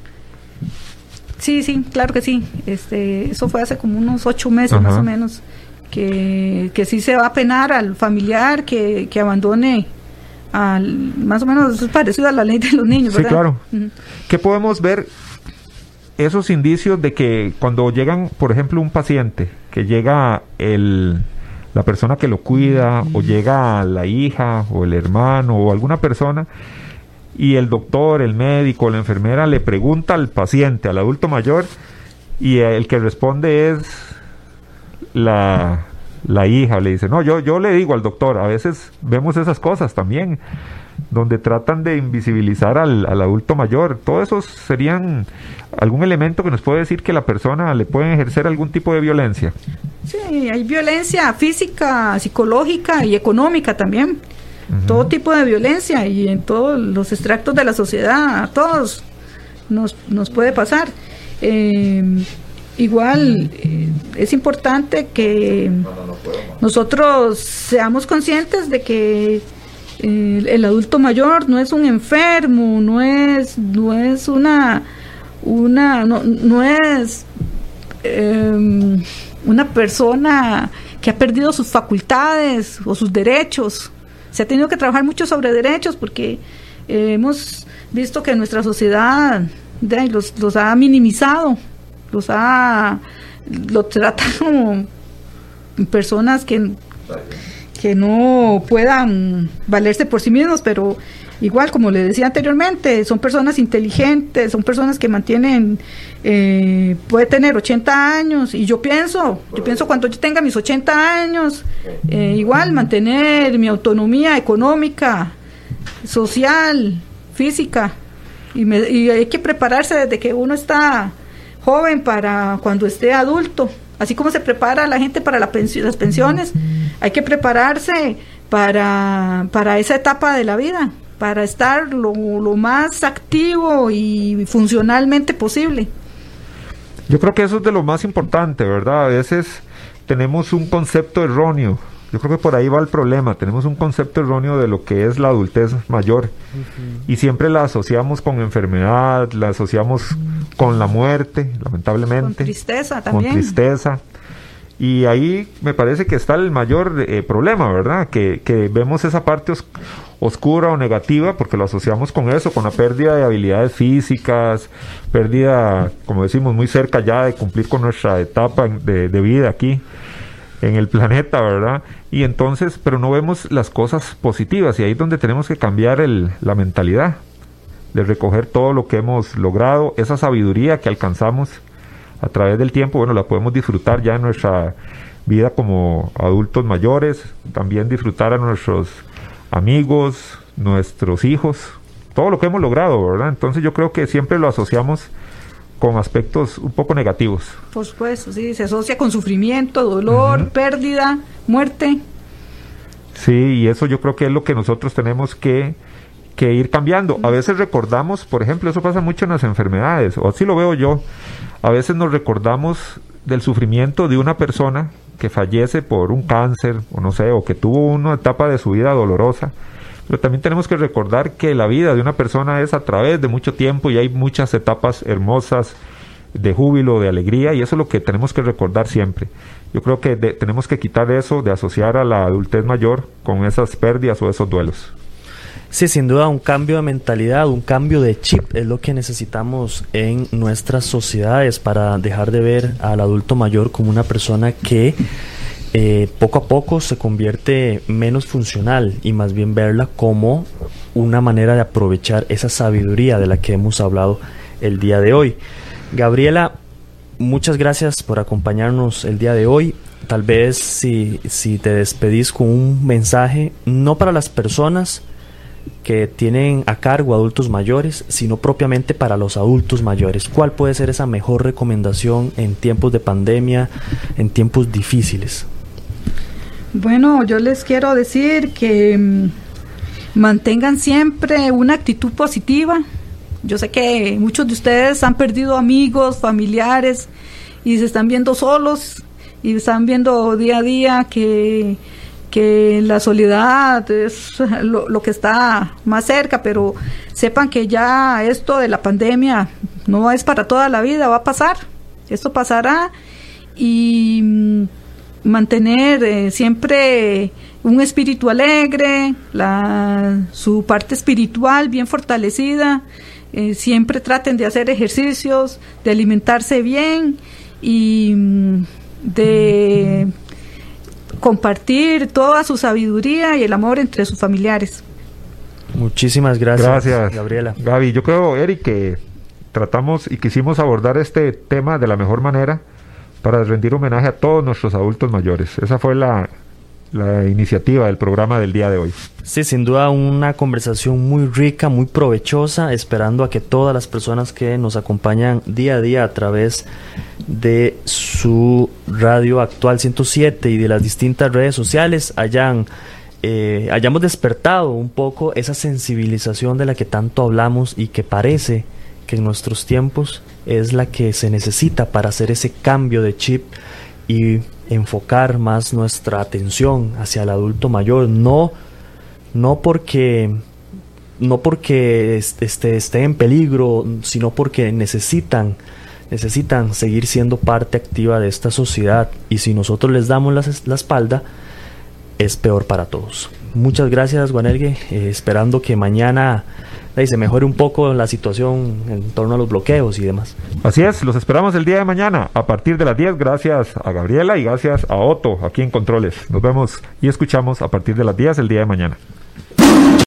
Sí, sí, claro que sí. Este, eso fue hace como unos ocho meses, ajá, más o menos, que, que sí se va a penar al familiar que, que abandone, al, más o menos es parecido a la ley de los niños, ¿verdad? Sí, claro. Uh-huh. ¿Qué podemos ver? Esos indicios de que cuando llegan, por ejemplo, un paciente, que llega el... la persona que lo cuida, o llega la hija o el hermano o alguna persona, y el doctor, el médico, la enfermera le pregunta al paciente, al adulto mayor, y el que responde es la, la hija, le dice, no, yo, yo le digo al doctor. A veces vemos esas cosas también, donde tratan de invisibilizar al, al adulto mayor. Todo eso serían algún elemento que nos puede decir que la persona le puede ejercer algún tipo de violencia. Sí, hay violencia física, psicológica y económica también. Uh-huh. Todo tipo de violencia, y en todos los extractos de la sociedad, a todos nos, nos puede pasar. Eh, igual eh, es importante que nosotros seamos conscientes de que el, el adulto mayor no es un enfermo, no es, no es una, una, no, no es eh, una persona que ha perdido sus facultades o sus derechos. Se ha tenido que trabajar mucho sobre derechos, porque eh, hemos visto que nuestra sociedad de, los, los ha minimizado, los ha, lo trata como personas que, que no puedan valerse por sí mismos, pero igual, como le decía anteriormente, son personas inteligentes, son personas que mantienen, eh, puede tener ochenta años, y yo pienso, yo pienso cuando yo tenga mis ochenta años, eh, igual mantener mi autonomía económica, social, física, y, me, y hay que prepararse desde que uno está joven para cuando esté adulto, así como se prepara la gente para la pensión, las pensiones, hay que prepararse para, para esa etapa de la vida, para estar lo, lo más activo y funcionalmente posible. Yo creo que eso es de lo más importante, ¿verdad? A veces tenemos un concepto erróneo. Yo creo que por ahí va el problema. Tenemos un concepto erróneo de lo que es la adultez mayor. Uh-huh. Y siempre la asociamos con enfermedad, la asociamos uh-huh. con la muerte, lamentablemente. Con tristeza también. Con tristeza. Y ahí me parece que está el mayor eh, problema, ¿verdad? Que, que vemos esa parte os- oscura o negativa, porque lo asociamos con eso, con la pérdida de habilidades físicas, pérdida, como decimos, muy cerca ya de cumplir con nuestra etapa de, de vida aquí en el planeta, ¿verdad? Y entonces, pero no vemos las cosas positivas, y ahí es donde tenemos que cambiar el, la mentalidad, de recoger todo lo que hemos logrado, esa sabiduría que alcanzamos a través del tiempo. Bueno, la podemos disfrutar ya en nuestra vida como adultos mayores, también disfrutar a nuestros amigos, nuestros hijos, todo lo que hemos logrado, ¿verdad? Entonces yo creo que siempre lo asociamos con aspectos un poco negativos. Por supuesto, sí, se asocia con sufrimiento, dolor, uh-huh. pérdida, muerte. Sí, y eso yo creo que es lo que nosotros tenemos que, que ir cambiando. Uh-huh. A veces recordamos, por ejemplo, eso pasa mucho en las enfermedades, o así lo veo yo, a veces nos recordamos del sufrimiento de una persona que fallece por un cáncer, o no sé, o que tuvo una etapa de su vida dolorosa, pero también tenemos que recordar que la vida de una persona es a través de mucho tiempo y hay muchas etapas hermosas de júbilo, de alegría, y eso es lo que tenemos que recordar siempre. Yo creo que de, tenemos que quitar eso de asociar a la adultez mayor con esas pérdidas o esos duelos. Sí, sin duda un cambio de mentalidad, un cambio de chip es lo que necesitamos en nuestras sociedades para dejar de ver al adulto mayor como una persona que eh, poco a poco se convierte menos funcional y más bien verla como una manera de aprovechar esa sabiduría de la que hemos hablado el día de hoy. Gabriela, muchas gracias por acompañarnos el día de hoy. Tal vez si, si te despedís con un mensaje, no para las personas que tienen a cargo adultos mayores, sino propiamente para los adultos mayores. ¿Cuál puede ser esa mejor recomendación en tiempos de pandemia, en tiempos difíciles? Bueno, yo les quiero decir que mmm, mantengan siempre una actitud positiva. Yo sé que muchos de ustedes han perdido amigos, familiares y se están viendo solos y están viendo día a día que que la soledad es lo, lo que está más cerca, pero sepan que ya esto de la pandemia no es para toda la vida, va a pasar, esto pasará, y mm, mantener eh, siempre un espíritu alegre, la, su parte espiritual bien fortalecida, eh, siempre traten de hacer ejercicios, de alimentarse bien y mm, de compartir toda su sabiduría y el amor entre sus familiares. Muchísimas gracias, gracias, Gabriela. Gaby, yo creo, Eric, que tratamos y quisimos abordar este tema de la mejor manera para rendir homenaje a todos nuestros adultos mayores. Esa fue la, la iniciativa del programa del día de hoy. Sí, sin duda una conversación muy rica, muy provechosa, esperando a que todas las personas que nos acompañan día a día a través de su radio actual ciento siete y de las distintas redes sociales hayan eh, hayamos despertado un poco esa sensibilización de la que tanto hablamos y que parece que en nuestros tiempos es la que se necesita para hacer ese cambio de chip y enfocar más nuestra atención hacia el adulto mayor, no no porque no porque este, esté en peligro, sino porque necesitan necesitan seguir siendo parte activa de esta sociedad, y si nosotros les damos la, la espalda es peor para todos. Muchas gracias, Guanelgue, eh, esperando que mañana eh, se mejore un poco la situación en torno a los bloqueos y demás. Así es, los esperamos el día de mañana a partir de las diez. Gracias a Gabriela y gracias a Otto aquí en Controles. Nos vemos y escuchamos a partir de las diez el día de mañana.